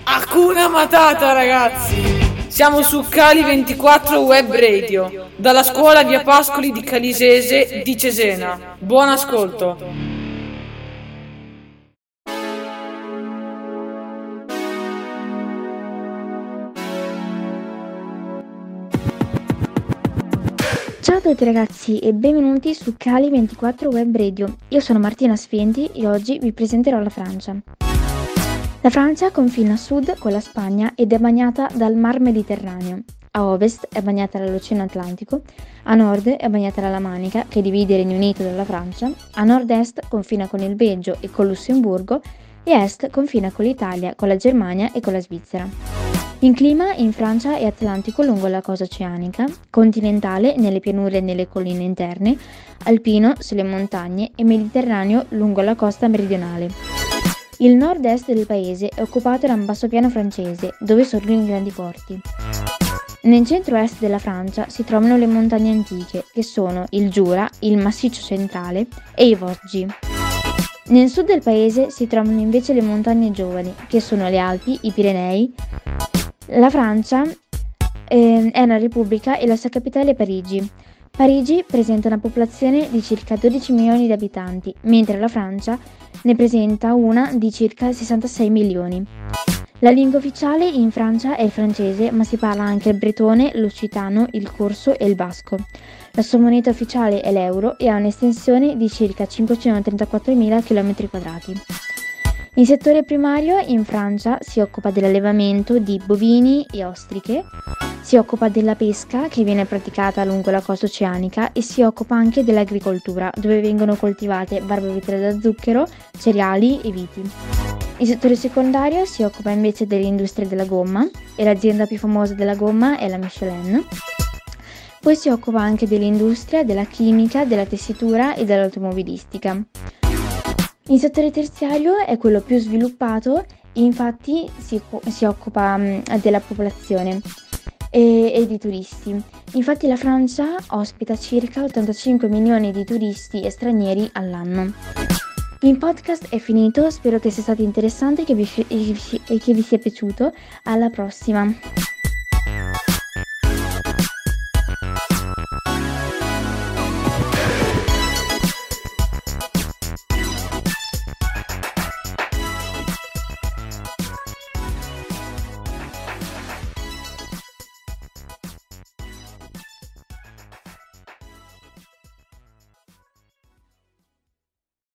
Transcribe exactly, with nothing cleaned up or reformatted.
Hakuna Matata, ragazzi! Siamo su Cali ventiquattro Web Radio, dalla scuola Via Pascoli di Calisese di Cesena. Buon ascolto! Ciao a tutti ragazzi e benvenuti su Cali ventiquattro Web Radio. Io sono Martina Sfenti e oggi vi presenterò la Francia. La Francia confina a sud con la Spagna ed è bagnata dal Mar Mediterraneo. A ovest è bagnata dall'Oceano Atlantico, a nord è bagnata dalla Manica, che divide il Regno Unito dalla Francia, a nord-est confina con il Belgio e con Lussemburgo e a est confina con l'Italia, con la Germania e con la Svizzera. Il clima in Francia è atlantico lungo la costa oceanica, continentale nelle pianure e nelle colline interne, alpino sulle montagne e mediterraneo lungo la costa meridionale. Il nord-est del paese è occupato da un bassopiano francese, dove sorgono i grandi porti. Nel centro-est della Francia si trovano le montagne antiche, che sono il Giura, il Massiccio Centrale e i Vosgi. Nel sud del paese si trovano invece le montagne giovani, che sono le Alpi, i Pirenei. La Francia eh, è una repubblica e la sua capitale è Parigi. Parigi presenta una popolazione di circa dodici milioni di abitanti, mentre la Francia ne presenta una di circa sessantasei milioni. La lingua ufficiale in Francia è il francese, ma si parla anche il bretone, l'occitano, il corso e il basco. La sua moneta ufficiale è l'euro e ha un'estensione di circa cinquecentotrentaquattromila chilometri quadrati. Il settore primario in Francia si occupa dell'allevamento di bovini e ostriche, si occupa della pesca che viene praticata lungo la costa oceanica e si occupa anche dell'agricoltura, dove vengono coltivate barbabietole da zucchero, cereali e viti. Il settore secondario si occupa invece dell'industria della gomma e l'azienda più famosa della gomma è la Michelin. Poi si occupa anche dell'industria, della chimica, della tessitura e dell'automobilistica. Il settore terziario è quello più sviluppato e infatti si, si occupa um, della popolazione e, e di turisti. Infatti la Francia ospita circa ottantacinque milioni di turisti e stranieri all'anno. Il podcast è finito, spero che sia stato interessante e che vi, e che vi sia piaciuto. Alla prossima!